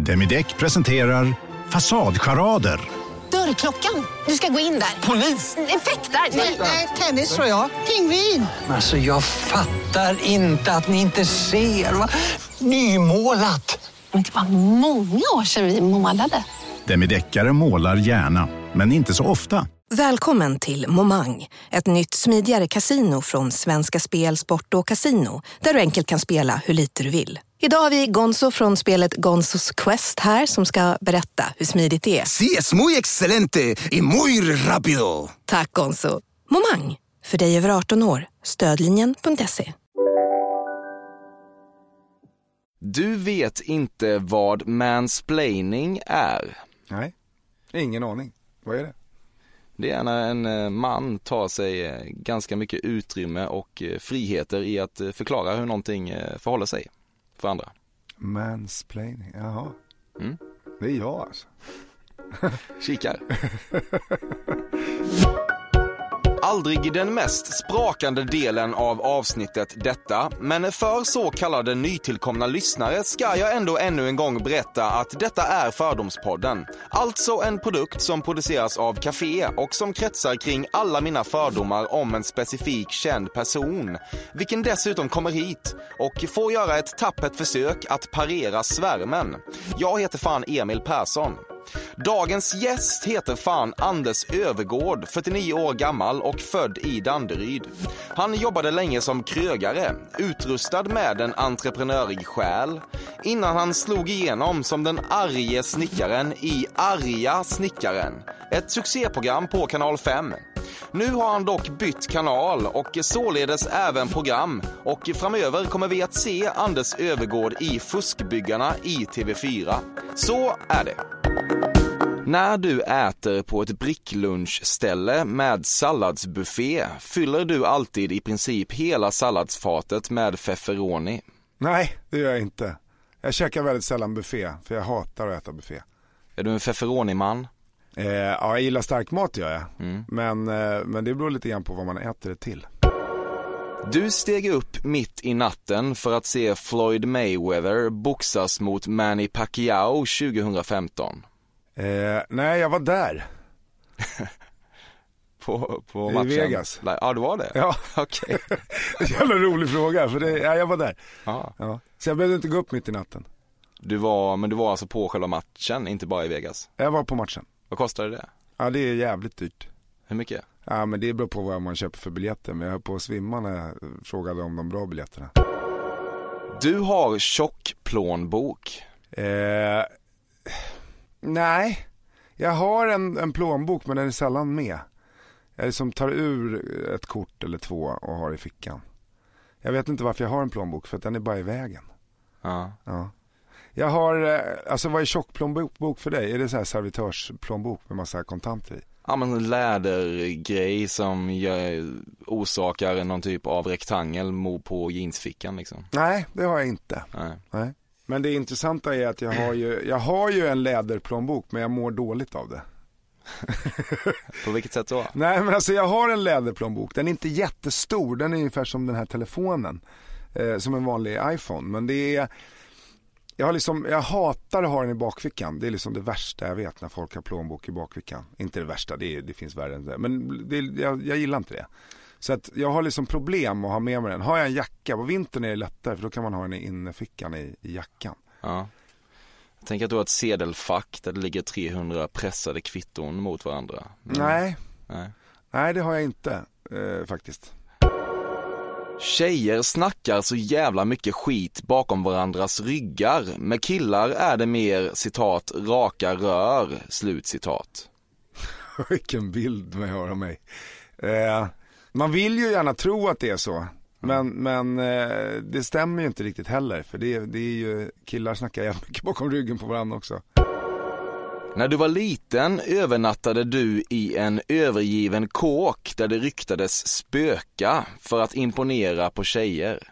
Demideck presenterar Fasadcharader. Dörrklockan. Du ska gå in där. Polis? Effektar? Nej, tennis tror jag. Pingvin. Alltså jag fattar inte att ni inte ser. Va? Nymålat. Men det var många år sedan vi målade. Demideckare målar gärna, men inte så ofta. Välkommen till Momang, ett nytt smidigare kasino från Svenska Spel, Sport och Casino, där du enkelt kan spela hur lite du vill. Idag har vi Gonzo från spelet Gonzos Quest här som ska berätta hur smidigt det är. Sí, es muy excelente y muy rápido. Tack Gonzo. Momang, för dig över 18 år. Stödlinjen.se. Du vet inte vad mansplaining är? Nej, ingen aning. Vad är det? Det är när en man tar sig ganska mycket utrymme och friheter i att förklara hur någonting förhåller sig för andra. Mansplaining, jaha. Mm. Det är jag alltså. Kikar. Aldrig den mest sprakande delen av avsnittet detta, men för så kallade nytillkomna lyssnare ska jag ändå ännu en gång berätta att detta är Fördomspodden. Alltså en produkt som produceras av Café och som kretsar kring alla mina fördomar om en specifik känd person, vilken dessutom kommer hit och får göra ett tappert försök att parera svärmen. Jag heter fan Emil Persson. Dagens gäst heter fan Anders Övergård, 49 år gammal och född i Danderyd. Han jobbade länge som krögare, utrustad med en entreprenörig själ, innan han slog igenom som den arge snickaren i Arga snickaren, ett succéprogram på Kanal 5. Nu har han dock bytt kanal och således även program, och framöver kommer vi att se Anders Övergård i Fuskbyggarna i TV4. Så är det. När du äter på ett bricklunchställe med salladsbuffé fyller du alltid i princip hela salladsfatet med pepperoni. Nej, det gör jag inte. Jag käkar väldigt sällan buffé, för jag hatar att äta buffé. Är du en pepperoni-man? Ja, jag gillar stark mat, gör jag. Mm. Men det beror lite grann på vad man äter det till. Du steg upp mitt i natten för att se Floyd Mayweather boxas mot Manny Pacquiao 2015. Nej, jag var där. på matchen? I Vegas. Ja, du var det? Ja. Okej. Jävla rolig fråga, för jag var där. Ja. Så jag behövde inte gå upp mitt i natten. Men du var alltså på själva matchen, inte bara i Vegas? Jag var på matchen. Vad kostade det? Ja, det är jävligt dyrt. Hur mycket? Ja, men det beror på vad man köper för biljetter. Men jag höll på att svimma när jag frågade om de bra biljetterna. Du har tjock plånbok. Nej, jag har en plånbok, men den är sällan med. Jag liksom tar ur ett kort eller två och har i fickan. Jag vet inte varför jag har en plånbok, för att den är bara i vägen. Ja. Jag har, alltså vad är tjockplånbok för dig? Är det så här servitörsplånbok med massa kontanter i? Ja, men en lädergrej som orsakar någon typ av rektangel på jeansfickan liksom. Nej, det har jag inte. Nej. Men det intressanta är att jag har ju en läderplånbok, men jag mår dåligt av det. På vilket sätt då? Nej, men alltså jag har en läderplånbok. Den är inte jättestor. Den är ungefär som den här telefonen. Som en vanlig iPhone. Men det är... Jag hatar att ha den i bakfickan. Det är liksom det värsta jag vet, när folk har plånbok i bakfickan. Inte det värsta, det finns värre än det. Men jag gillar inte det. Så att jag har liksom problem att ha med mig den. Har jag en jacka, på vintern är det lättare, för då kan man ha den i innerfickan i jackan. Ja. Jag tänker att du har ett sedelfack där det ligger 300 pressade kvitton mot varandra. Nej, det har jag inte faktiskt. Tjejer snackar så jävla mycket skit bakom varandras ryggar. Med killar är det mer, citat, raka rör, slutcitat. Vilken bild man har av mig. Man vill ju gärna tro att det är så. Men det stämmer ju inte riktigt heller. För det är ju, killar snackar jävla mycket bakom ryggen på varandra också. När du var liten övernattade du i en övergiven kåk där det ryktades spöka för att imponera på tjejer.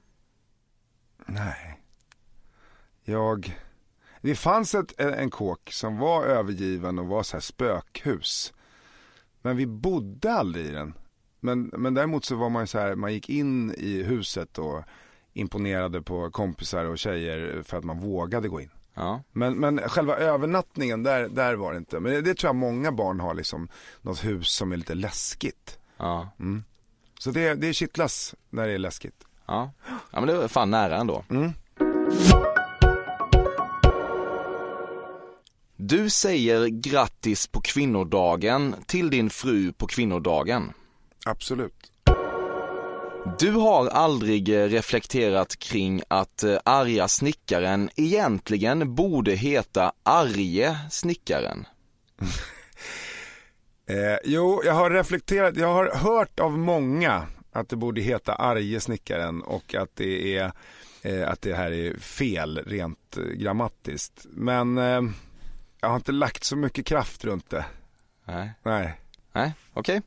Nej. Det fanns en kåk som var övergiven och var så här spökhus. Men vi bodde aldrig i den. Men däremot så var man ju så här, man gick in i huset och imponerade på kompisar och tjejer för att man vågade gå in. Ja. Men själva övernattningen, där var det inte. Men det tror jag många barn har, liksom något hus som är lite läskigt. Ja. Mm. Så det kittlas när det är läskigt. Ja, men det är fan nära ändå. Mm. Du säger grattis på kvinnodagen till din fru på kvinnodagen. Absolut. Du har aldrig reflekterat kring att arga snickaren egentligen borde heta Arje snickaren? Jo, jag har reflekterat. Jag har hört av många att det borde heta Arje snickaren och att det här är fel rent grammatiskt. Men jag har inte lagt så mycket kraft runt det. Nej, okej.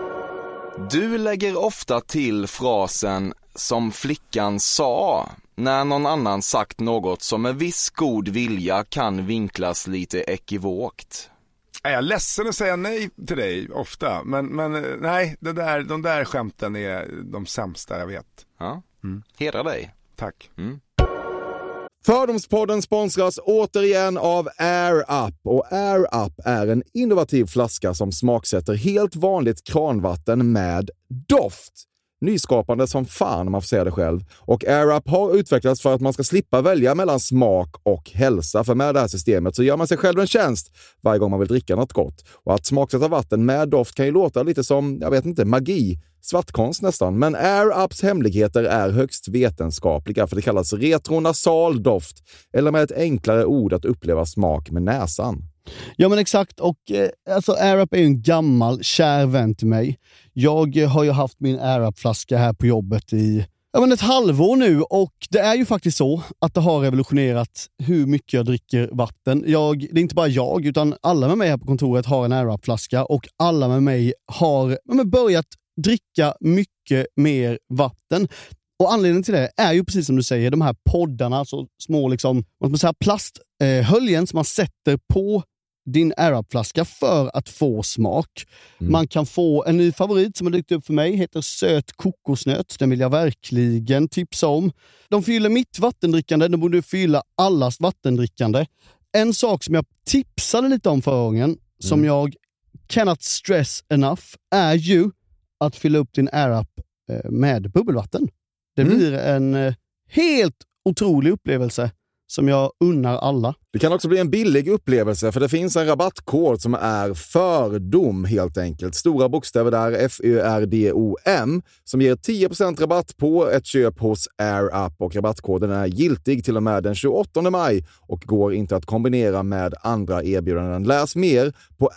Du lägger ofta till frasen som flickan sa när någon annan sagt något som med viss god vilja kan vinklas lite ekivokt. Jag är ledsen att säga nej till dig ofta, men nej, de där skämten är de sämsta jag vet. Ja, hedrar dig. Tack. Fördomspodden sponsras återigen av Air Up. Och Air Up är en innovativ flaska som smaksätter helt vanligt kranvatten med doft. Nyskapande som fan om man får säga det själv. Och Air Up har utvecklats för att man ska slippa välja mellan smak och hälsa. För med det här systemet så gör man sig själv en tjänst varje gång man vill dricka något gott. Och att smaksätta vatten med doft kan ju låta lite som, jag vet inte, magi. Svartkonst nästan. Men Air Ups hemligheter är högst vetenskapliga, för det kallas retronasal doft. Eller med ett enklare ord att uppleva smak med näsan. Ja men exakt, och alltså Air Up är ju en gammal kär vän till mig. Jag har ju haft min Air Up-flaska här på jobbet i ett halvår nu, och det är ju faktiskt så att det har revolutionerat hur mycket jag dricker vatten. Det är inte bara jag, utan alla med mig här på kontoret har en Air Up-flaska, och alla med mig har börjat dricka mycket mer vatten. Och anledningen till det är ju precis som du säger, de här poddarna, så små liksom, plasthöljen som man sätter på din Air Up-flaska för att få smak. Man kan få en ny favorit som har dykt upp för mig, heter söt kokosnöt. Den vill jag verkligen tipsa om. De fyller mitt vattendrickande, de borde fylla allas vattendrickande. En sak som jag tipsade lite om förra gången, som jag cannot stress enough, är ju att fylla upp din Air Up med bubbelvatten. Det blir en helt otrolig upplevelse som jag unnar alla. Det kan också bli en billig upplevelse, för det finns en rabattkod som är fördom helt enkelt. Stora bokstäver där, FÖRDOM, som ger 10% rabatt på ett köp hos Air Up, och rabattkoden är giltig till och med den 28 maj och går inte att kombinera med andra erbjudanden. Läs mer på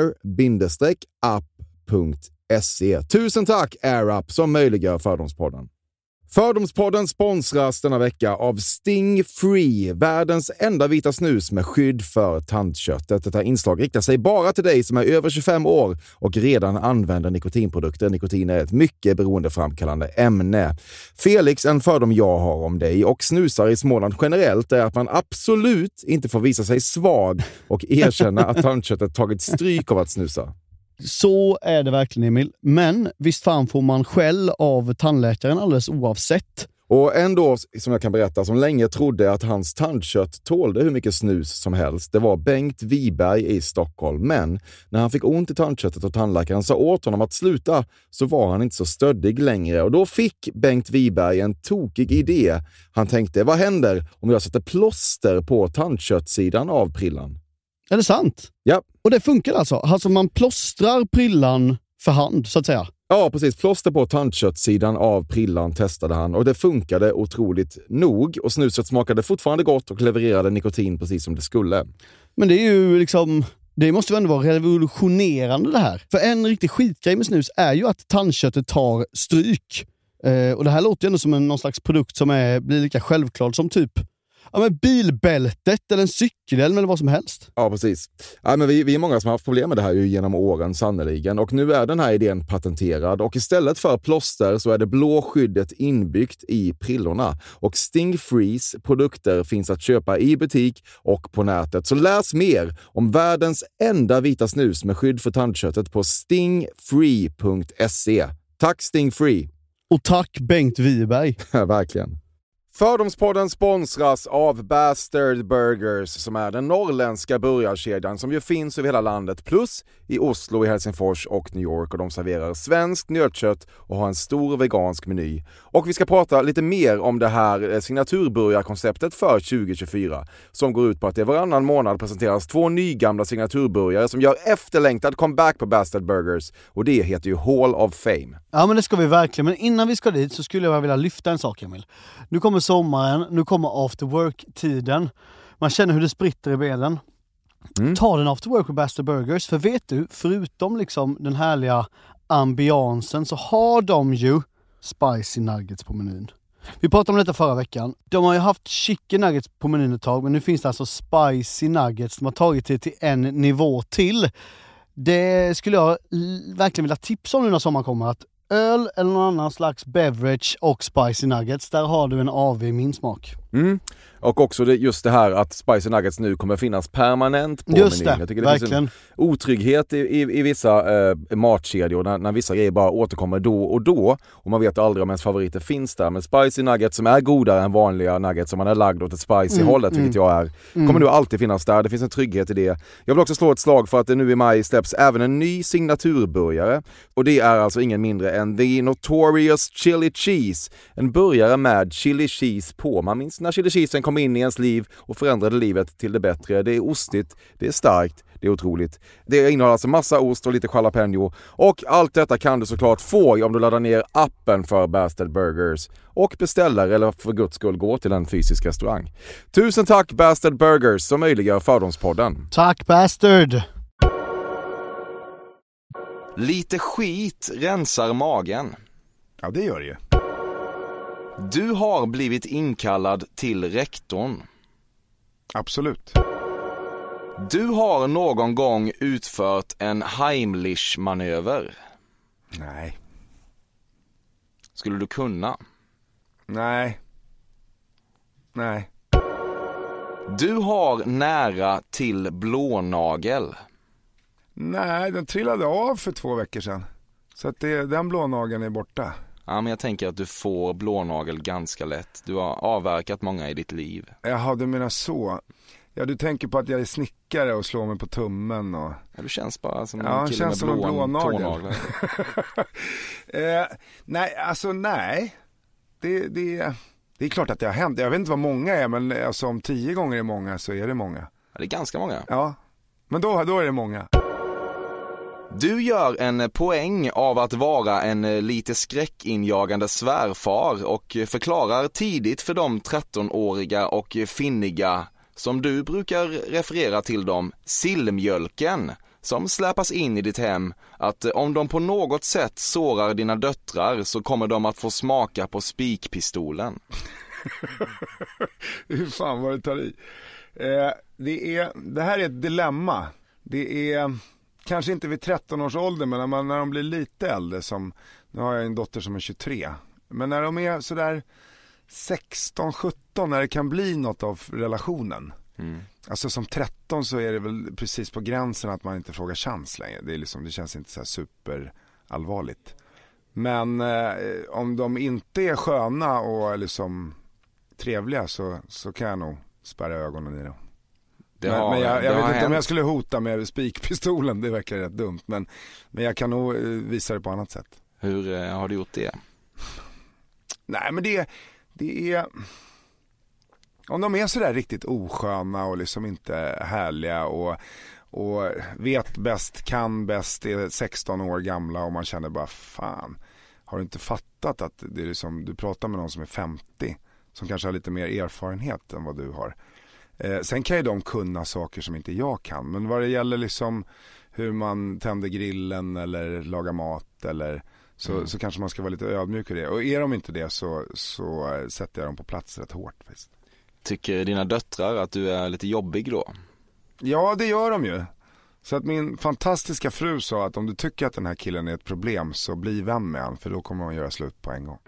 air-up.se. Tusen tack Air Up som möjliggör Fördomspodden. Fördomspodden sponsras denna vecka av Sting Free, världens enda vita snus med skydd för tandköttet. Detta inslag riktar sig bara till dig som är över 25 år och redan använder nikotinprodukter. Nikotin är ett mycket beroendeframkallande ämne. Felix, en fördom jag har om dig och snusar i Småland generellt är att man absolut inte får visa sig svag och erkänna att tandköttet tagit stryk av att snusa. Så är det verkligen, Emil. Men visst fan får man skäll av tandläkaren alldeles oavsett. Och ändå, som jag kan berätta, som länge trodde att hans tandkött tålde hur mycket snus som helst. Det var Bengt Wiberg i Stockholm. Men när han fick ont i tandköttet och tandläkaren sa åt honom att sluta, så var han inte så stöddig längre. Och då fick Bengt Wiberg en tokig idé. Han tänkte, vad händer om jag sätter plåster på tandköttsidan av prillan? Är det sant? Ja. Och det funkar alltså? Alltså man plåstrar prillan för hand, så att säga? Ja, precis. Plåster på tandköttsidan av prillan testade han och det funkade otroligt nog. Och snuset smakade fortfarande gott och levererade nikotin precis som det skulle. Men det är ju liksom... Det måste ju ändå vara revolutionerande det här. För en riktig skitgrej med snus är ju att tandköttet tar stryk. Och det här låter ju ändå som någon slags produkt som blir lika självklart som typ bilbältet eller en cykelhjälm eller vad som helst. Ja, precis. Ja, men vi är många som har haft problem med det här ju genom åren sannoliken. Och nu är den här idén patenterad. Och istället för plåster så är det blå skyddet inbyggt i prillorna. Och Sting Frees produkter finns att köpa i butik och på nätet. Så läs mer om världens enda vita snus med skydd för tandköttet på stingfree.se. Tack Sting Free! Och tack Bengt Wiberg! Verkligen. Fördomspodden sponsras av Bastard Burgers som är den norrländska burgarkedjan som ju finns över hela landet plus i Oslo, i Helsingfors och New York, och de serverar svenskt nötkött och har en stor vegansk meny. Och vi ska prata lite mer om det här signaturburgarkonceptet för 2024 som går ut på att det varannan månad presenteras 2 nygamla signaturburgare som gör efterlängtad comeback på Bastard Burgers, och det heter ju Hall of Fame. Ja, men det ska vi verkligen. Men innan vi ska dit så skulle jag vilja lyfta en sak, Emil. Nu kommer sommaren, nu kommer after work-tiden. Man känner hur det spritter i benen. Ta den after work på Bastard Burgers. För vet du, förutom liksom den härliga ambiansen så har de ju spicy nuggets på menyn. Vi pratade om detta förra veckan. De har ju haft chicken nuggets på menyn ett tag, men nu finns det alltså spicy nuggets. De har tagit det till en nivå till. Det skulle jag verkligen vilja tipsa om nu när sommaren kommer, att öl eller någon annan slags beverage och spicy nuggets, där har du en AV i min smak. Och också just det här att spicy nuggets nu kommer finnas permanent på just menyn. Det, jag tycker det verkligen. finns en otrygghet i vissa matkedjor när vissa grejer bara återkommer då och man vet aldrig om ens favoriter finns där. Men spicy nuggets som är godare än vanliga nuggets som man är lagd åt ett spicy hållet, vilket jag är, kommer nu alltid finnas där. Det finns en trygghet i det. Jag vill också slå ett slag för att det nu i maj släpps även en ny signaturburgare, och det är alltså ingen mindre än The Notorious Chili Cheese. En burgare med chili cheese på. Man minns när chili cheesen kom in i ens liv och förändrade livet till det bättre. Det är ostigt, det är starkt, det är otroligt. Det innehåller alltså massa ost och lite jalapeno. Och allt detta kan du såklart få om du laddar ner appen för Bastard Burgers och beställer, eller för guds skull gå till en fysisk restaurang. Tusen tack Bastard Burgers som möjliggör Fördomspodden. Tack Bastard! Lite skit rensar magen. Ja, det gör det ju. Du har blivit inkallad till rektorn. Absolut. Du har någon gång utfört en Heimlich-manöver. Nej. Skulle du kunna? Nej. Du har nära till blånagel. Nej, den trillade av för 2 veckor sedan. Så att den blånageln är borta. Ja, men jag tänker att du får blånagel ganska lätt. Du har avverkat många i ditt liv. Jaha, du menar så. Ja, du tänker på att jag är snickare och slår mig på tummen och... Ja, du känns bara som en kille med blånagel. Nej, alltså nej. Det är klart att det har hänt. Jag vet inte vad många är, men alltså, om 10 gånger är många så är det många. Ja, det är ganska många. Ja, men då är det många. Du gör en poäng av att vara en lite skräckinjagande svärfar och förklarar tidigt för de 13-åriga och finniga, som du brukar referera till dem, sillmjölken, som släpas in i ditt hem, att om de på något sätt sårar dina döttrar så kommer de att få smaka på spikpistolen. Hur fan var det tar i? Det här är ett dilemma. Det är kanske inte vid 13 års ålder, men när de blir lite äldre, som nu har jag en dotter som är 23, men när de är sådär 16-17, när det kan bli något av relationen. Alltså som 13 så är det väl precis på gränsen att man inte frågar chans längre. Det känns inte så här super allvarligt. Men om de inte är sköna och liksom trevliga så kan jag nog spärra ögonen i dem. Men jag vet inte om jag skulle hota med spikpistolen, det verkar rätt dumt, men jag kan nog visa det på annat sätt. Hur har du gjort det? Nej, men det är om de är sådär riktigt osköna och liksom inte härliga och vet bäst, kan bäst, är 16 år gamla och man känner bara fan, har du inte fattat att det är liksom, du pratar med någon som är 50 som kanske har lite mer erfarenhet än vad du har. Sen kan ju de kunna saker som inte jag kan, men vad det gäller liksom hur man tänder grillen eller lagar mat eller så kanske man ska vara lite ödmjuk i det. Och är de inte det så sätter jag dem på plats rätt hårt faktiskt. Tycker dina döttrar att du är lite jobbig då? Ja, det gör de ju. Så att min fantastiska fru sa att om du tycker att den här killen är ett problem så bli vän med han, för då kommer hon göra slut på en gång.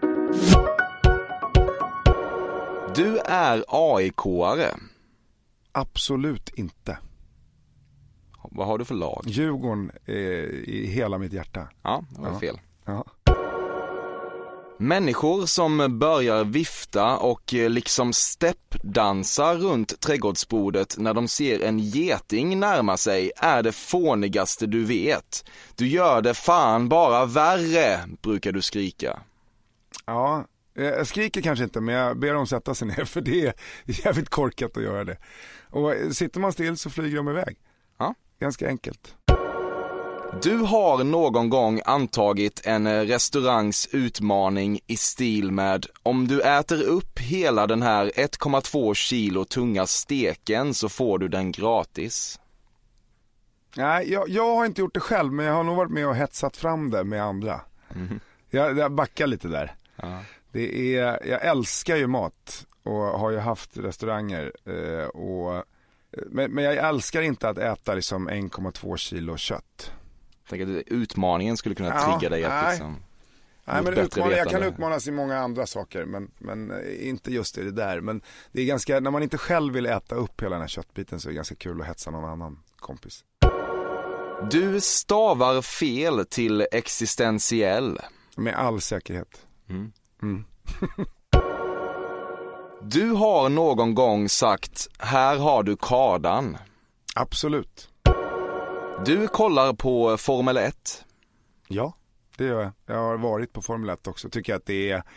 Du är AIK-are. Absolut inte. Vad har du för lag? Djurgården i hela mitt hjärta. Ja, det var fel. Ja. Människor som börjar vifta och liksom steppdansa runt trädgårdsbordet när de ser en geting närma sig är det fånigaste du vet. Du gör det fan bara värre, brukar du skrika. Ja, jag skriker kanske inte, men jag ber dem sätta sig ner, för det är jävligt korkat att göra det. Och sitter man still så flyger de iväg. Ja. Ganska enkelt. Du har någon gång antagit en restaurangs utmaning i stil med: om du äter upp hela den här 1,2 kilo tunga steken så får du den gratis. Nej, jag har inte gjort det själv, men jag har nog varit med och hetsat fram det med andra. Jag backar lite där. Ja. Jag älskar ju mat och har ju haft restauranger men jag älskar inte att äta liksom 1,2 kilo kött. Jag tänker att utmaningen skulle kunna trigga dig att liksom... Nej, men jag kan utmanas i många andra saker, men inte just det där. Men det är ganska, när man inte själv vill äta upp hela den här köttbiten, så är det ganska kul att hetsa någon annan kompis. Du stavar fel till existentiell. Med all säkerhet. Du har någon gång sagt: här har du kardan. Absolut. Du kollar på Formel 1. Ja, det gör jag. Jag har varit på Formel 1 också. Tycker att det är...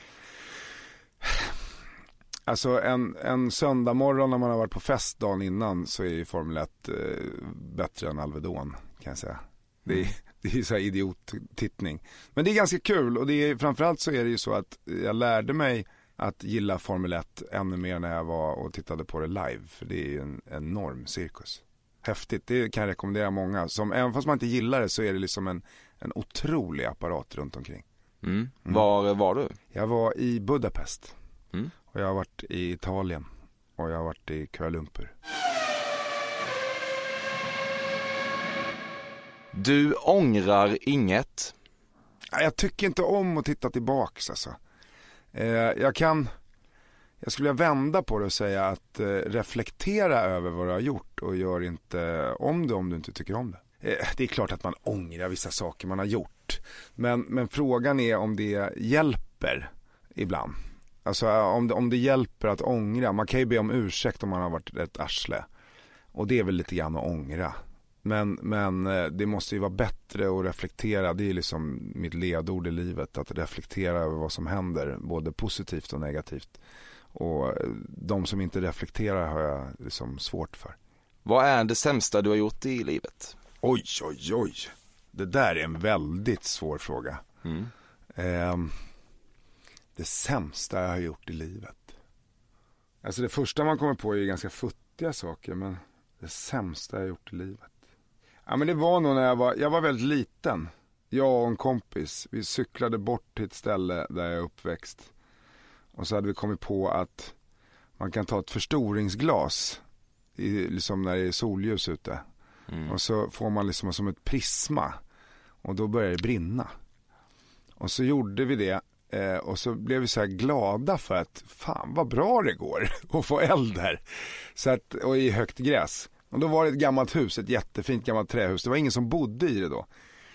Alltså en söndag morgon när man har varit på fest dagen innan, så är ju Formel 1 bättre än Alvedon, kan jag säga. Det är så här idiottittning. Men det är ganska kul, och det är, framförallt så är det ju så att jag lärde mig att gilla Formel 1 ännu mer när jag var och tittade på det live. För det är ju en enorm cirkus. Häftigt, det kan jag rekommendera många. Även fast man inte gillar det, så är det liksom en otrolig apparat runt omkring. Var var du? Jag var i Budapest. Och jag har varit i Italien. Och jag har varit i Kuala Lumpur. Du ångrar inget. Jag tycker inte om att titta tillbaks alltså. Jag skulle vilja vända på det och säga att reflektera över vad du har gjort, och gör inte om du inte tycker om det. Det är klart att man ångrar vissa saker man har gjort. Men frågan är om det hjälper ibland. Alltså om det hjälper att ångra. Man kan ju be om ursäkt om man har varit ett arsle. Och det är väl lite grann att ångra. Men det måste ju vara bättre att reflektera. Det är liksom mitt ledord i livet. Att reflektera över vad som händer. Både positivt och negativt. Och de som inte reflekterar har jag liksom svårt för. Vad är det sämsta du har gjort i livet? Oj. Det där är en väldigt svår fråga. Det sämsta jag har gjort i livet. Alltså det första man kommer på är ju ganska futtiga saker. Men det sämsta jag har gjort i livet. Ja, men det var nog när jag var väldigt liten. Jag och en kompis, vi cyklade bort till ett ställe där jag är uppväxt. Och så hade vi kommit på att man kan ta ett förstoringsglas liksom när det är solljus ute. Och så får man liksom som ett prisma. Och då börjar det brinna. Och så gjorde vi det. Och så blev vi så här glada för att fan vad bra det går att få eld här. Så att, och i högt gräs. Och då var det ett gammalt hus, ett jättefint gammalt trähus. Det var ingen som bodde i det då.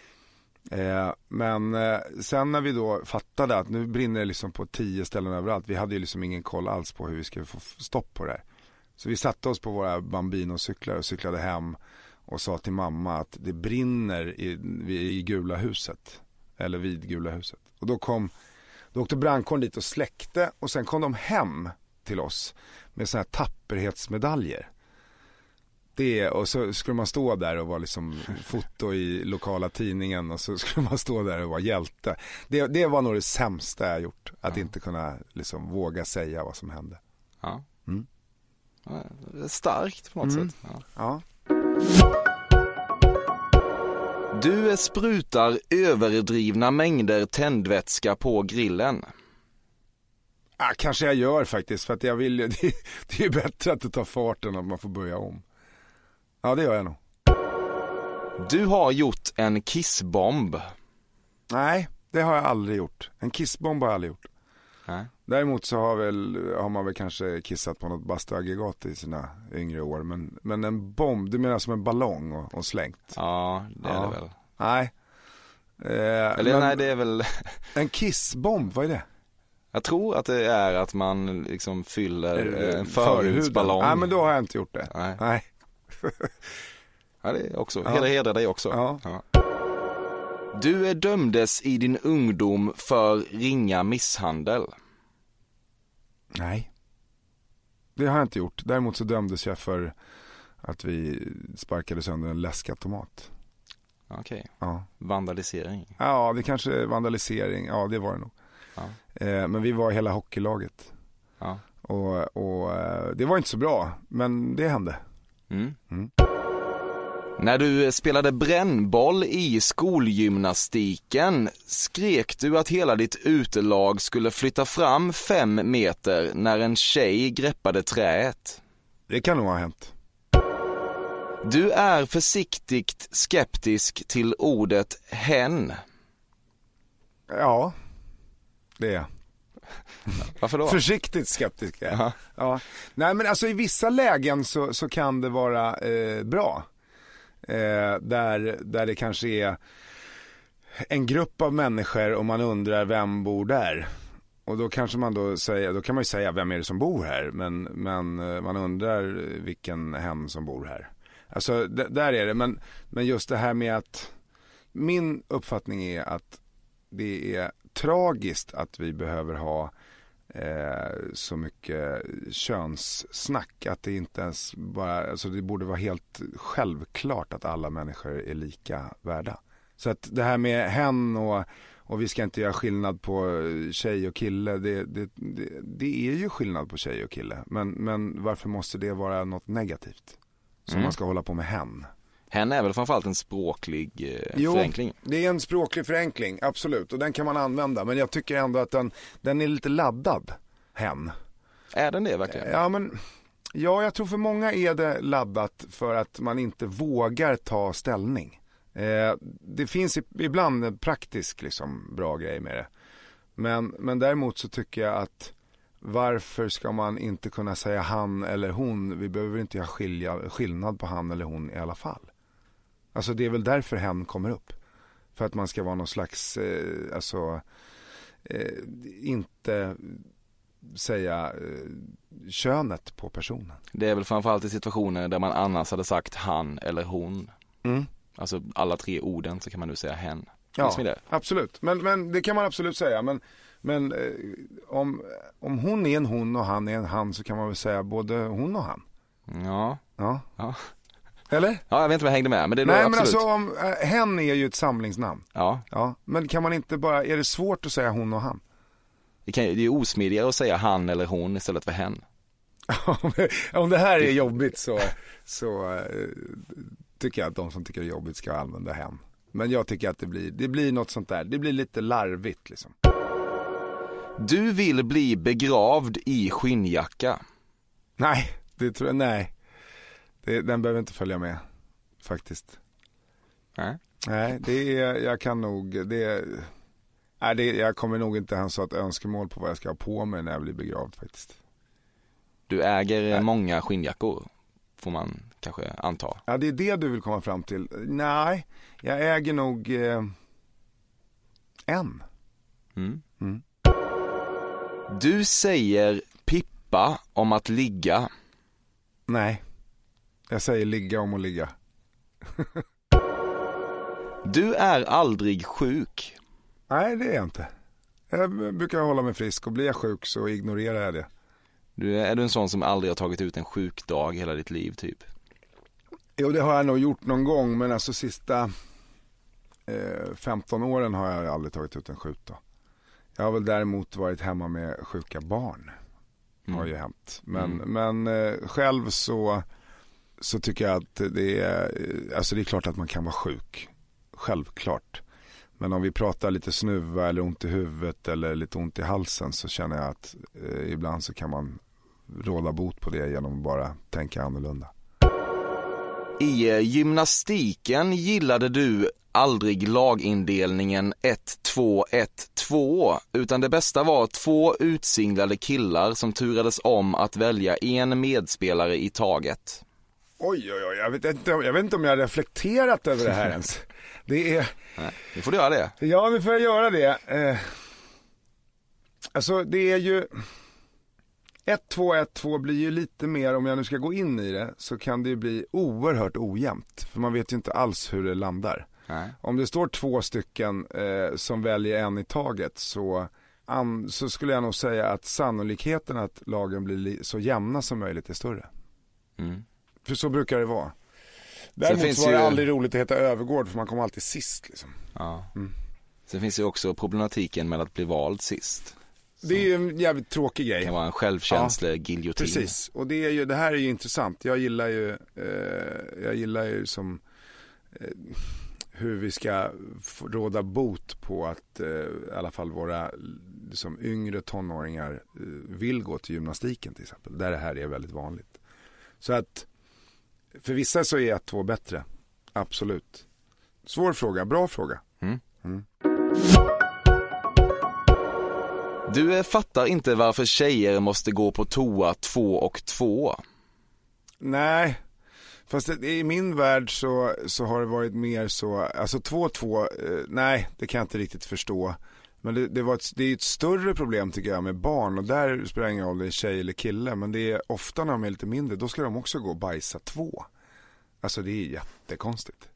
Men sen när vi då fattade att nu brinner det liksom på 10 ställen överallt. Vi hade ju liksom ingen koll alls på hur vi skulle få stopp på det här. Så vi satte oss på våra Bambino-cyklar och cyklade hem och sa till mamma att det brinner i Gula huset. Eller vid Gula huset. Och då åkte brandkåren dit och släckte, och sen kom de hem till oss med såna här tapperhetsmedaljer. Och så skulle man stå där och vara liksom foto i lokala tidningen, och så skulle man stå där och vara hjälte. Det var nog det sämsta jag gjort, att inte kunna liksom våga säga vad som hände. Ja. Det är starkt på något sätt. Ja. Du sprutar överdrivna mängder tändvätska på grillen. Kanske jag gör faktiskt, för att jag vill. Det är bättre att det tar fart än att man får börja om. Ja, det gör jag nog. Du har gjort en kissbomb. Nej, det har jag aldrig gjort. En kissbomb har jag aldrig gjort. Nej. Däremot så har man väl kanske kissat på något bastuaggregat i sina yngre år. Men en bomb, du menar som en ballong och slängt? Ja, det är det väl. Nej. Nej, det är väl... En kissbomb, vad är det? Jag tror att det är att man liksom fyller en förhudsballong. Nej, men då har jag inte gjort det. Nej. Ja, det är också. Hela hedrar dig också. Ja. Du dömdes i din ungdom för ringa misshandel. Nej. Det har jag inte gjort. Däremot så dömdes jag för att vi sparkade sönder en läskautomat. Okej. Ja. Vandalisering. Ja, det kanske är vandalisering. Ja, det var det nog. Ja. Men vi var hela hockeylaget. Ja. Och det var inte så bra, men det hände. När du spelade brännboll i skolgymnastiken skrek du att hela ditt utelag skulle flytta fram 5 meter när en tjej greppade träet. Det kan nog ha hänt. Du är försiktigt skeptisk till ordet hen. Ja, det är. Varför då? Försiktigt skeptisk. Ja. Nej, men alltså i vissa lägen så kan det vara bra. Där det kanske är en grupp av människor och man undrar vem bor där. Och då kanske man då kan man ju säga vem är det som bor här, men man undrar vilken hen som bor här. Alltså där är det, men just det här med att min uppfattning är att det är tragiskt att vi behöver ha så mycket könssnack, att det inte ens bara, alltså det borde vara helt självklart att alla människor är lika värda. Så att det här med hen och vi ska inte göra skillnad på tjej och kille, det är ju skillnad på tjej och kille, men varför måste det vara något negativt som man ska hålla på med hen? Hen är väl framförallt en språklig förenkling? Jo, det är en språklig förenkling, absolut. Och den kan man använda. Men jag tycker ändå att den är lite laddad, hen. Är den det verkligen? Ja, jag tror för många är det laddat för att man inte vågar ta ställning. Det finns ibland en praktisk liksom, bra grej med det. Men däremot så tycker jag att varför ska man inte kunna säga han eller hon? Vi behöver inte ha skillnad på han eller hon i alla fall. Alltså det är väl därför hen kommer upp. För att man ska vara någon slags, inte säga könet på personen. Det är väl framförallt i situationer där man annars hade sagt han eller hon. Alltså alla 3 orden, så kan man nu säga hen. Ja, absolut. Men det kan man absolut säga. Men om hon är en hon och han är en han, så kan man väl säga både hon och han. Ja. Eller? Ja, jag vet inte om jag hängde med, men det är nej, absolut. Men alltså hen är ju ett samlingsnamn. Ja. Men kan man inte bara, är det svårt att säga hon och han? Det är osmidigare att säga han eller hon istället för hen. Om det här är jobbigt så tycker jag att de som tycker det är jobbigt ska använda hen. Men jag tycker att det blir något sånt där. Det blir lite larvigt liksom. Du vill bli begravd i skinnjacka. Nej, det tror jag, nej. Den behöver inte följa med, faktiskt. Nej, jag kan nog, jag kommer nog inte ens ha ett önskemål på vad jag ska ha på mig när jag blir begravd faktiskt. Du äger många skinnjackor, får man kanske anta. Ja, det är det du vill komma fram till. Nej, jag äger nog en. Du säger pippa om att ligga. Nej, jag säger ligga om att ligga. Du är aldrig sjuk. Nej, det är jag inte. Jag brukar hålla mig frisk, och blir jag sjuk så ignorerar jag det. Är du en sån som aldrig har tagit ut en sjukdag hela ditt liv typ? Jo, det har jag nog gjort någon gång, men alltså sista 15 åren har jag aldrig tagit ut en sjukdag. Jag har väl däremot varit hemma med sjuka barn. Har ju hänt. Men själv så tycker jag att det är klart att man kan vara sjuk. Självklart. Men om vi pratar lite snuva eller ont i huvudet eller lite ont i halsen, så känner jag att ibland så kan man råda bot på det genom att bara tänka annorlunda. I gymnastiken gillade du aldrig lagindelningen 1-2-1-2, utan det bästa var 2 utsinglade killar som turades om att välja en medspelare i taget. Oj, jag vet inte om jag har reflekterat över det här ens. Nu får du göra det. Ja, nu får jag göra det. Alltså det är ju 1-2 blir ju lite mer, om jag nu ska gå in i det, så kan det ju bli oerhört ojämnt. För man vet ju inte alls hur det landar. Nej. Om det står 2 stycken som väljer en i taget så skulle jag nog säga att sannolikheten att lagen blir så jämna som möjligt är större. För så brukar det vara. Däremot var det aldrig roligt att heta Övergård, för man kommer alltid sist liksom. Ja. Sen finns ju också problematiken med att bli vald sist. Det är ju en jävligt tråkig grej. Det kan vara en självkänslig giljotin. Precis, och det här är ju intressant. Jag gillar ju som hur vi ska råda bot på att i alla fall våra liksom, yngre tonåringar vill gå till gymnastiken till exempel. Där det här är väldigt vanligt. Så att för vissa så är 1-2 bättre. Absolut. Svår fråga, bra fråga. Du fattar inte varför tjejer måste gå på toa 2 och 2. Nej, fast i min värld så har det varit mer så, alltså 2-2, nej, det kan jag inte riktigt förstå. Men det är ett större problem tycker jag med barn, och där spelar ingen roll om det är tjej eller kille, men det är ofta när de är lite mindre, då ska de också gå och bajsa 2. Alltså det är jättekonstigt.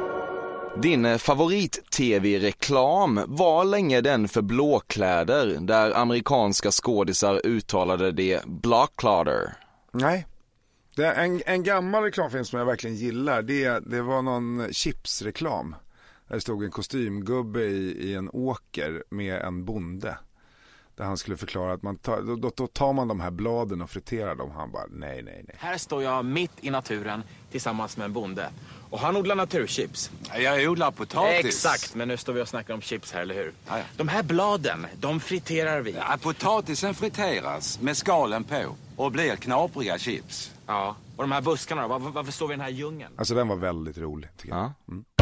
Din favorit-tv-reklam var länge den för blåkläder, där amerikanska skådisar uttalade det blåkläder. Nej, det är en gammal reklamfilm som jag verkligen gillar. Det var någon chipsreklam. Där det stod en kostymgubbe i en åker med en bonde. Där han skulle förklara att då tar man de här bladen och friterar dem. Han bara nej. Här står jag mitt i naturen tillsammans med en bonde. Och han odlar naturchips. Jag odlar potatis. Exakt, men nu står vi och snackar om chips här, eller hur? Ja. De här bladen, de friterar vi. Ja, potatisen friteras med skalen på och blir knapriga chips. Ja, och de här buskarna då? Varför står vi i den här djungeln? Alltså den var väldigt rolig tycker jag.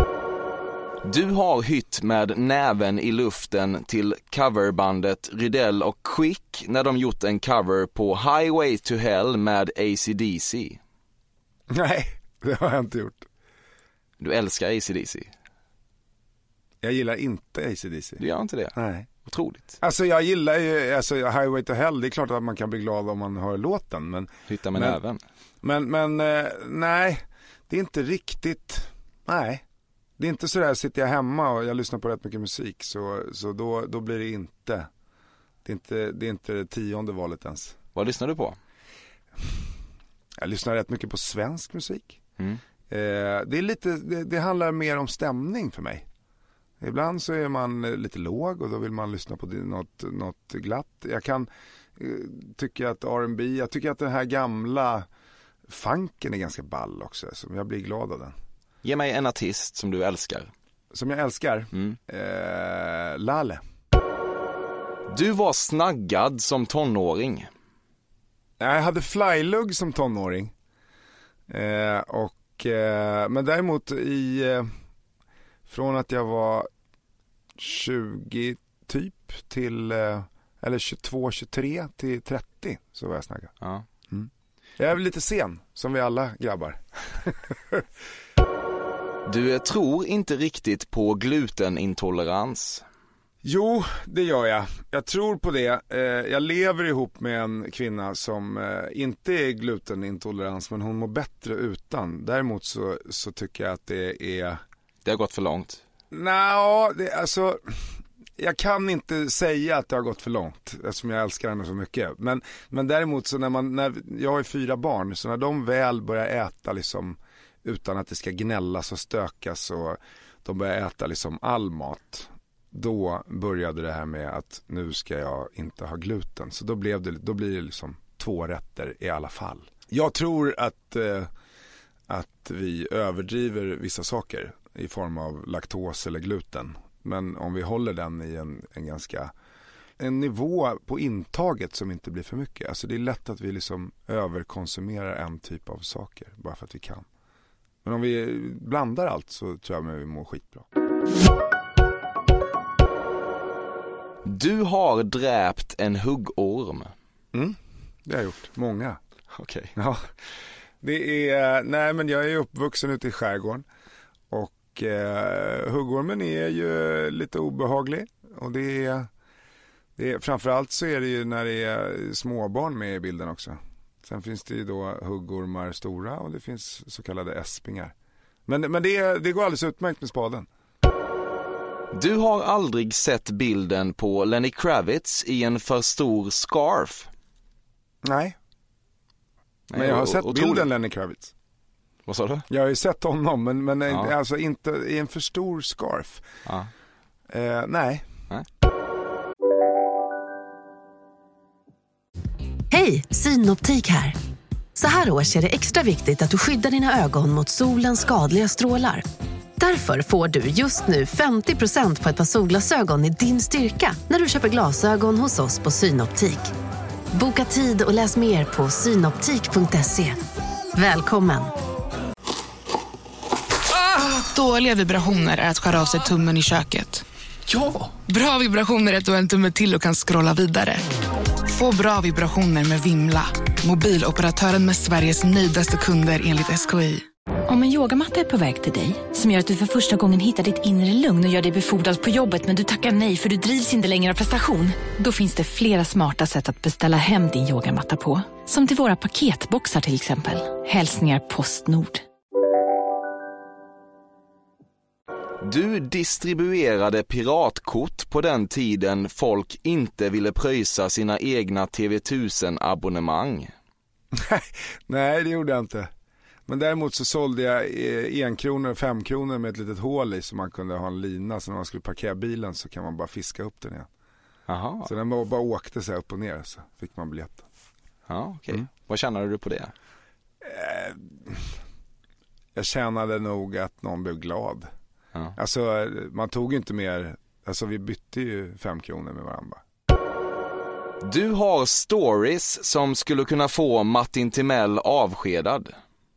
Du har hytt med näven i luften till coverbandet Rydell och Quick när de gjort en cover på Highway to Hell med AC/DC. Nej, det har jag inte gjort. Du älskar AC/DC. Jag gillar inte AC/DC. Du gör inte det? Nej. Otroligt. Alltså jag gillar ju Highway to Hell. Det är klart att man kan bli glad om man hör låten. Men, hytta med näven. Men nej, det är inte riktigt. Nej. Det är inte så där, sitter jag hemma och jag lyssnar på rätt mycket musik så då blir det inte. Det är inte det 10:e valet ens. Vad lyssnar du på? Jag lyssnar rätt mycket på svensk musik. Det är lite, det handlar mer om stämning för mig. Ibland så är man lite låg och då vill man lyssna på något glatt. Jag kan tycka att R&B, jag tycker att den här gamla funken är ganska ball också, så jag blir glad av den. Ge mig en artist som du älskar. Som jag älskar? Lale. Du var snaggad som tonåring. Jag hade flylugg som tonåring. Men däremot från att jag var 20 typ till eller 22-23 till 30 så var jag snaggad. Ja. Jag är väl lite sen, som vi alla grabbar. Du tror inte riktigt på glutenintolerans. Jo, det gör jag. Jag tror på det. Jag lever ihop med en kvinna som inte är glutenintolerans, men hon mår bättre utan. Däremot så tycker jag att det har gått för långt. Nej, alltså jag kan inte säga att det har gått för långt eftersom jag älskar henne så mycket. Men däremot så när jag har 4 barn, så när de väl börjar äta liksom utan att det ska gnällas och stökas och de börjar äta liksom all mat, då började det här med att nu ska jag inte ha gluten. Så då blir det liksom 2 rätter i alla fall. Jag tror att vi överdriver vissa saker i form av laktos eller gluten. Men om vi håller den i en nivå på intaget som inte blir för mycket. Alltså det är lätt att vi liksom överkonsumerar en typ av saker bara för att vi kan. Men om vi blandar allt så tror jag att vi mår skitbra. Du har dräpt en huggorm. Det har jag gjort. Många. Okej. Ja. Men jag är uppvuxen ute i skärgården. Och huggormen är ju lite obehaglig. Och det Framförallt så är det ju när det är småbarn med i bilden också. Sen finns det ju då huggormar stora och det finns så kallade äspingar. Men det går alldeles utmärkt med spaden. Du har aldrig sett bilden på Lenny Kravitz i en för stor scarf? Nej. Men jag har sett bilden Lenny Kravitz. Vad sa du? Jag har ju sett honom, men alltså inte i en för stor scarf. Ja. Nej. Hej, Synoptik här. Så här års är det extra viktigt att du skyddar dina ögon mot solens skadliga strålar. Därför får du just nu 50% på ett par solglasögon i din styrka när du köper glasögon hos oss på Synoptik. Boka tid och läs mer på synoptik.se. Välkommen! Dåliga vibrationer är att skära av sig tummen i köket. Ja! Bra vibrationer är att du har en tumme till och kan scrolla vidare. Få bra vibrationer med Vimla. Mobiloperatören med Sveriges nöjdaste kunder enligt SKI. Om en yogamatta är på väg till dig, som gör att du för första gången hittar ditt inre lugn och gör dig befordrad på jobbet men du tackar nej för du drivs inte längre av prestation. Då finns det flera smarta sätt att beställa hem din yogamatta på. Som till våra paketboxar till exempel. Hälsningar Postnord. Du distribuerade piratkort på den tiden folk inte ville pröjsa sina egna TV1000-abonnemang. Nej, det gjorde jag inte. Men däremot så sålde jag 1 kronor och 5 kronor med ett litet hål i så man kunde ha en lina. Så när man skulle parkera bilen så kan man bara fiska upp den igen. Aha. Så den bara åkte så här upp och ner så fick man biljetten. Ja, okej. Vad tjänade du på det? Jag tjänade nog att någon blev glad. Ja. Alltså man tog ju inte mer. Alltså vi bytte ju 5 kronor med varandra. Du har stories som skulle kunna få Martin Timell avskedad.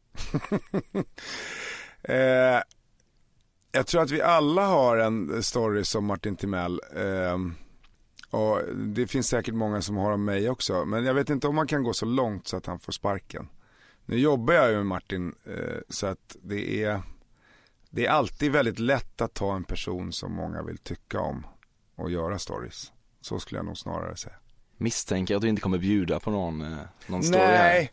Jag tror att vi alla har en story som Martin Timell. Och det finns säkert många som har om mig också. Men jag vet inte om man kan gå så långt så att han får sparken. Nu jobbar jag ju med Martin så att det är alltid väldigt lätt att ta en person som många vill tycka om och göra stories. Så skulle jag nog snarare säga. Misstänker att du inte kommer bjuda på någon story här.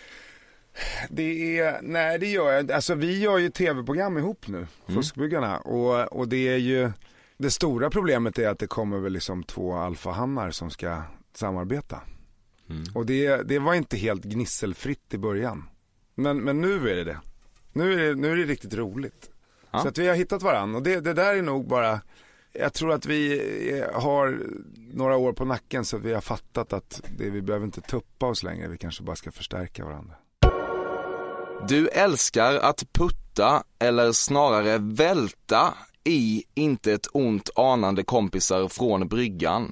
Nej, det gör jag. Alltså vi gör ju tv-program ihop nu, Fuskbyggarna. Och det är ju, det stora problemet är att det kommer väl liksom 2 alfahannar som ska samarbeta. Och det var inte helt gnisselfritt i början. Men nu är det. Nu är det riktigt roligt. Ja. Så att vi har hittat varann. Och det där är nog bara, jag tror att vi har några år på nacken så att vi har fattat att vi behöver inte tuppa oss längre. Vi kanske bara ska förstärka varandra. Du älskar att putta eller snarare välta i inte ett ont anande kompisar från bryggan.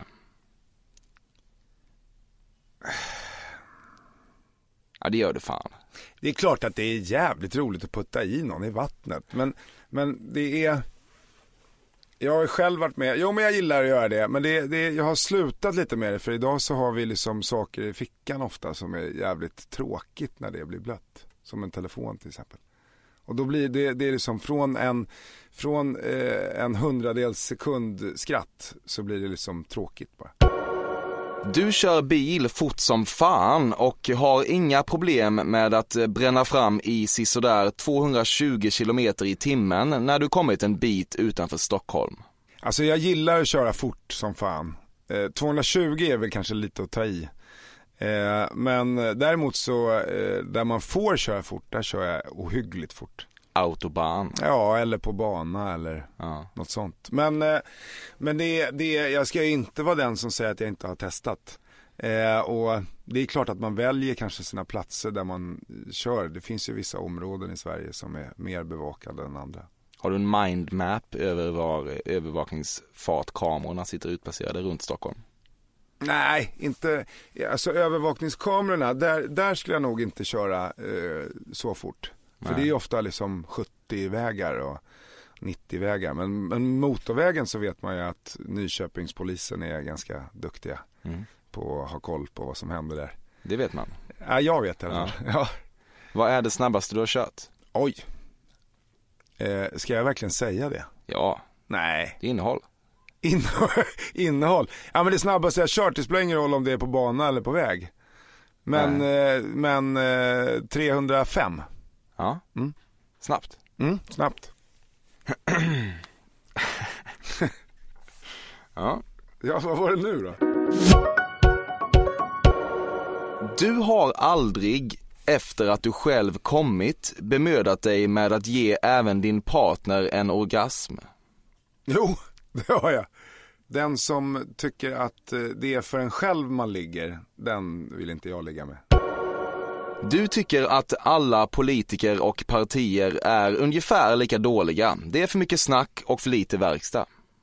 Ja, det gör du fan. Det är klart att det är jävligt roligt att putta i någon i vattnet. Men det är... Jag har själv varit med. Jo, men jag gillar att göra det. Men jag har slutat lite med det. För idag så har vi liksom saker i fickan ofta som är jävligt tråkigt när det blir blött. Som en telefon till exempel. Och då blir det är liksom från en 100-dels sekund skratt så blir det liksom tråkigt bara. Du kör bil fort som fan och har inga problem med att bränna fram i sådär 220 kilometer i timmen när du kommit en bit utanför Stockholm. Alltså jag gillar att köra fort som fan. 220 är väl kanske lite att ta i. Men däremot så där man får köra fort, där kör jag ohyggligt fort. Autobahn. Ja, eller på bana eller något sånt. Men jag ska ju inte vara den som säger att jag inte har testat. Och det är klart att man väljer kanske sina platser där man kör. Det finns ju vissa områden i Sverige som är mer bevakade än andra. Har du en mindmap över var övervakningsfartkamerorna sitter utplacerade runt Stockholm? Nej, inte. Alltså övervakningskamerorna, där skulle jag nog inte köra så fort. För det är ju ofta liksom 70-vägar och 90-vägar. Men motorvägen så vet man ju att Nyköpingspolisen är ganska duktiga på att ha koll på vad som händer där. Det vet man. Ja, jag vet det. Ja. Vad är det snabbaste du har kört? Oj. Ska jag verkligen säga det? Ja. Nej. Det innehåll. Innehåll. Ja, men det snabbaste jag kört, det spelar ingen roll om det är på bana eller på väg. Men 305. Ja. Snabbt. Snabbt. Ja. Ja, vad var det nu då? Du har aldrig, efter att du själv kommit, bemödat dig med att ge även din partner en orgasm. Jo, det har jag. Den som tycker att det är för en själv man ligger, den vill inte jag ligga med. Du tycker att alla politiker och partier är ungefär lika dåliga. Det är för mycket snack och för lite verkstad.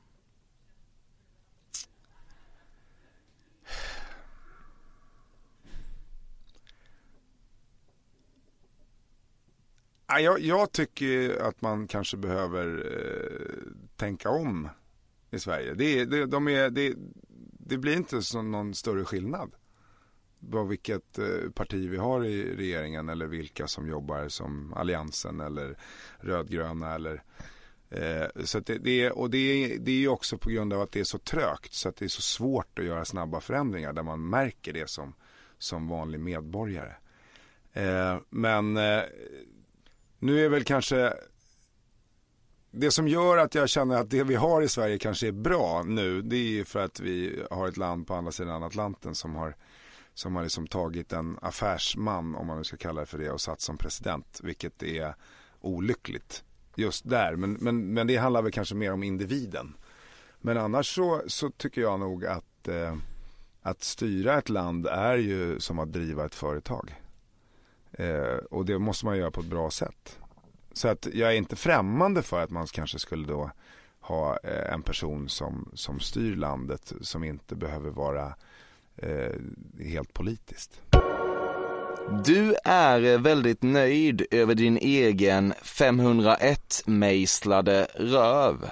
Jag tycker att man kanske behöver tänka om i Sverige. Det blir inte någon större skillnad på vilket parti vi har i regeringen eller vilka som jobbar som alliansen eller rödgröna eller så att det är ju också på grund av att det är så trögt så att det är så svårt att göra snabba förändringar där man märker det som vanlig medborgare. Men nu är väl kanske det som gör att jag känner att det vi har i Sverige kanske är bra nu, det är ju för att vi har ett land på andra sidan Atlanten som har liksom tagit en affärsman, om man nu ska kalla det för det, och satt som president, vilket är olyckligt just där. Men det handlar väl kanske mer om individen. Men annars så tycker jag nog att styra ett land är ju som att driva ett företag. Och det måste man göra på ett bra sätt. Så att jag är inte främmande för att man kanske skulle då ha en person som styr landet som inte behöver vara helt politiskt. Du är väldigt nöjd över din egen 501-mejslade röv.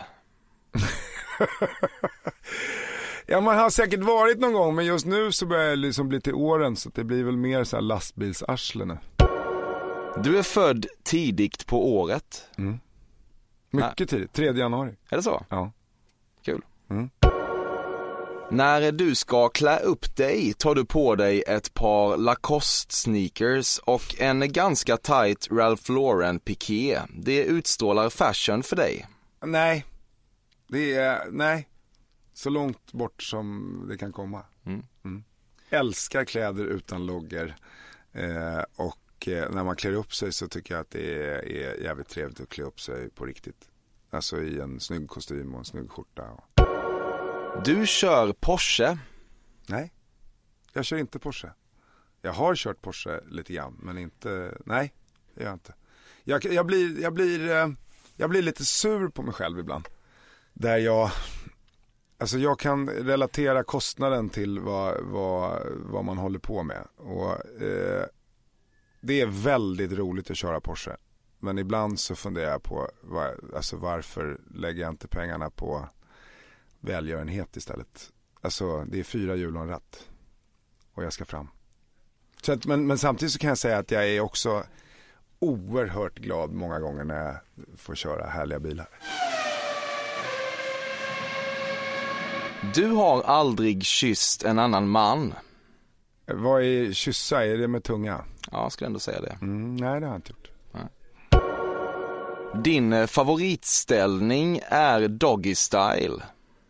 Ja, man har säkert varit någon gång, men just nu så börjar jag liksom bli till åren så att det blir väl mer så här lastbilsarsle nu. Du är född tidigt på året. Mycket tidigt, 3 januari. Är det så? Ja. Kul. När du ska klä upp dig tar du på dig ett par Lacoste sneakers och en ganska tight Ralph Lauren piké. Det utstrålar fashion för dig. Nej. Nej. Så långt bort som det kan komma. Älskar kläder utan loggor. Och när man klär upp sig så tycker jag att det är jävligt trevligt att klä upp sig på riktigt. Alltså i en snygg kostym och en snygg skjorta. Du kör Porsche? Nej, jag kör inte Porsche. Jag har kört Porsche lite grann, men inte, nej, det gör jag inte. Jag blir lite sur på mig själv ibland. Där jag kan relatera kostnaden till vad man håller på med. Och det är väldigt roligt att köra Porsche. Men ibland så funderar jag på varför lägger jag inte pengarna på välgörenhet istället. Alltså det är 4 hjul och en ratt. Och jag ska fram. Så att, men samtidigt så kan jag säga att jag är också oerhört glad många gånger när jag får köra härliga bilar. Du har aldrig kysst en annan man. Vad är kyssa? Är det med tunga? Ja, jag skulle ändå säga det. Nej, det har jag inte gjort. Nej. Din favoritställning är doggy style.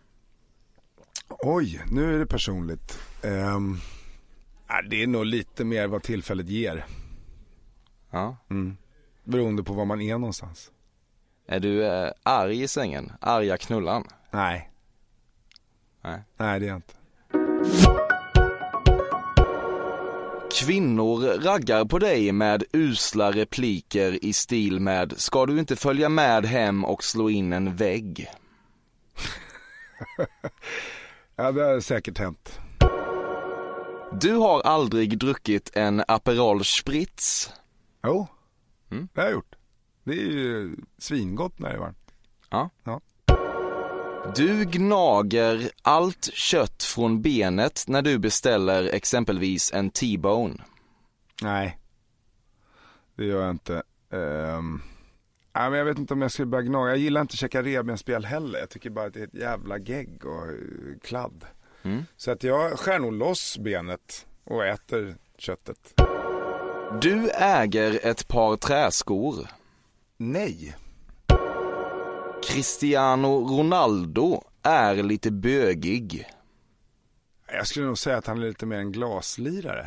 Oj, nu är det personligt. Det är nog lite mer vad tillfället ger. Ja. Beroende på var man är någonstans. Är du arg i sängen? Arga knullan? Nej. Nej, det är jag inte. Kvinnor raggar på dig med usla repliker i stil med: ska du inte följa med hem och slå in en vägg? Ja, det har säkert hänt. Du har aldrig druckit en Aperol Spritz? Jo, det har jag gjort. Det är ju svingott när det är varmt. Ja. Du gnager allt kött från benet när du beställer exempelvis en T-bone. Nej, det gör jag inte. Ja, men jag vet inte om jag skulle börja gnaga. Jag gillar inte att käka revbensspjäll heller. Jag tycker bara att det är ett jävla gegg och kladd. Så att jag skär nog loss benet och äter köttet. Du äger ett par träskor. Nej. Cristiano Ronaldo är lite bögig. Jag skulle nog säga att han är lite mer en glaslirare.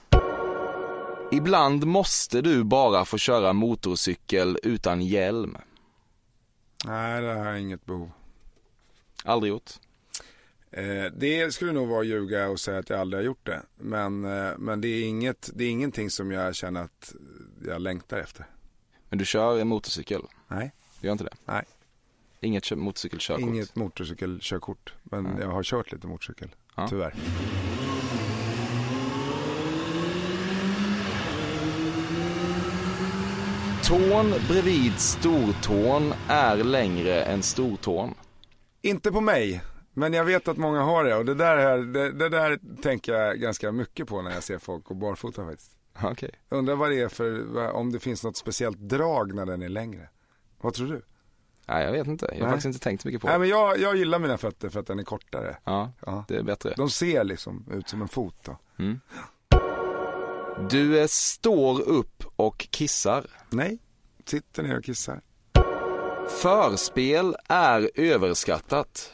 Ibland måste du bara få köra motorcykel utan hjälm. Nej, det har jag inget behov. Aldrig gjort? Det skulle nog vara att ljuga och säga att jag aldrig har gjort det. Men det är ingenting som jag känner att jag längtar efter. Men du kör en motorcykel? Nej. Du gör inte det? Nej. Inget motorcykelkörkort? Inget motorcykelkörkort. Men jag har kört lite motorcykel, tyvärr. Tån bredvid stortån är längre än stortån. Inte på mig, men jag vet att många har det. Och det där tänker jag ganska mycket på när jag ser folk gå barfota faktiskt. Okay. Undrar vad det är för, om det finns något speciellt drag när den är längre. Vad tror du? Nej, jag vet inte. Jag har faktiskt inte tänkt så mycket på det. Nej, men jag gillar mina fötter för att den är kortare. Ja, det är bättre. De ser liksom ut som en fot då. Du står upp och kissar. Nej, sitter ner och kissar. Förspel är överskattat.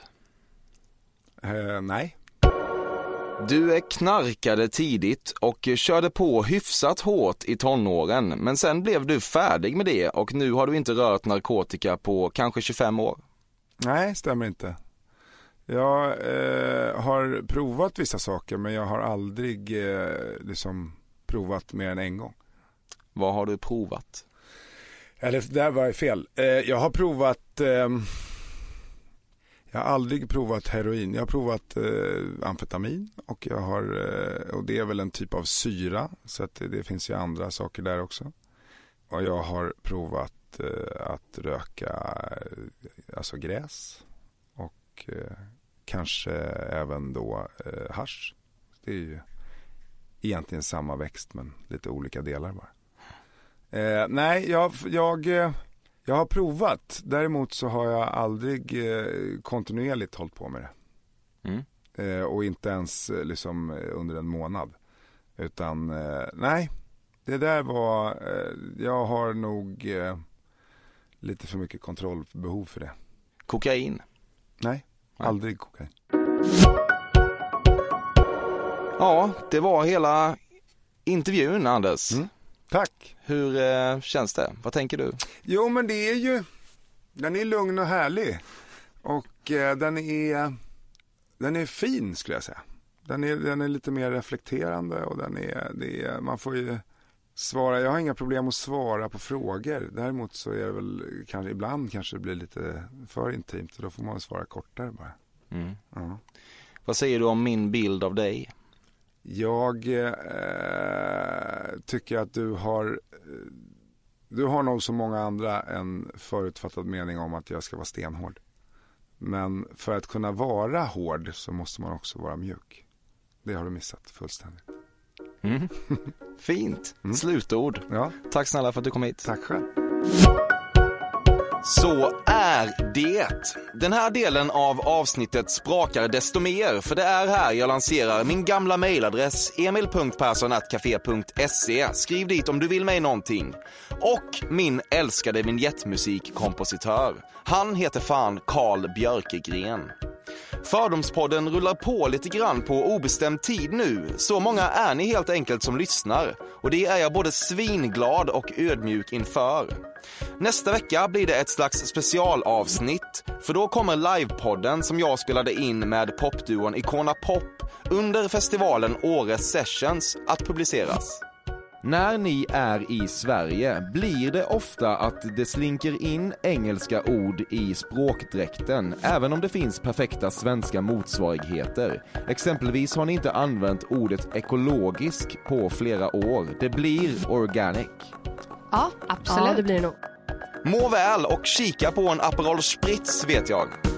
Nej. Du är knarkade tidigt och körde på hyfsat hårt i tonåren. Men sen blev du färdig med det och nu har du inte rört narkotika på kanske 25 år. Nej, stämmer inte. Jag har provat vissa saker, men jag har aldrig liksom provat mer än en gång. Vad har du provat? Eller där var jag fel. Jag har provat... Jag har aldrig provat heroin. Jag har provat amfetamin och och det är väl en typ av syra, så att det finns ju andra saker där också. Och jag har provat att röka alltså gräs och kanske även då hasch. Det är ju egentligen samma växt men lite olika delar bara. Nej, jag har provat. Däremot så har jag aldrig kontinuerligt hållit på med det. Och inte ens liksom under en månad. Utan nej, det där var... jag har nog lite för mycket kontrollbehov för det. Kokain? Nej, aldrig kokain. Ja, det var hela intervjun, Anders. Tack. Hur känns det? Vad tänker du? Jo, men det är ju... Den är lugn och härlig. Och den är fin, skulle jag säga. Den är lite mer reflekterande och man får ju svara. Jag har inga problem att svara på frågor. Däremot så är det väl ibland kanske det blir lite för intimt och då får man svara kortare bara. Ja. Vad säger du om min bild av dig? Jag tycker att du har nog så många andra en förutfattad mening om att jag ska vara stenhård. Men för att kunna vara hård så måste man också vara mjuk. Det har du missat fullständigt. Fint. Slutord. Ja. Tack snälla för att du kom hit. Tack själv. Så är det. Den här delen av avsnittet sprakar desto mer, för det är här jag lanserar min gamla mailadress emil.persson@café.se. Skriv dit om du vill mig någonting. Och min älskade vignettmusikkompositör. Han heter fan Carl Björkegren. Fördomspodden rullar på lite grann på obestämd tid nu. Så många är ni helt enkelt som lyssnar. Och det är jag både svinglad och ödmjuk inför. Nästa vecka blir det ett slags specialavsnitt. För då kommer livepodden som jag spelade in med popduon Icona Pop under festivalen Åres Sessions att publiceras. När ni är i Sverige blir det ofta att det slinker in engelska ord i språkdräkten, även om det finns perfekta svenska motsvarigheter. Exempelvis har ni inte använt ordet ekologisk på flera år. Det blir organic. Ja, absolut. Ja, det blir det nog. Må väl och kika på en Aperol Spritz, vet jag.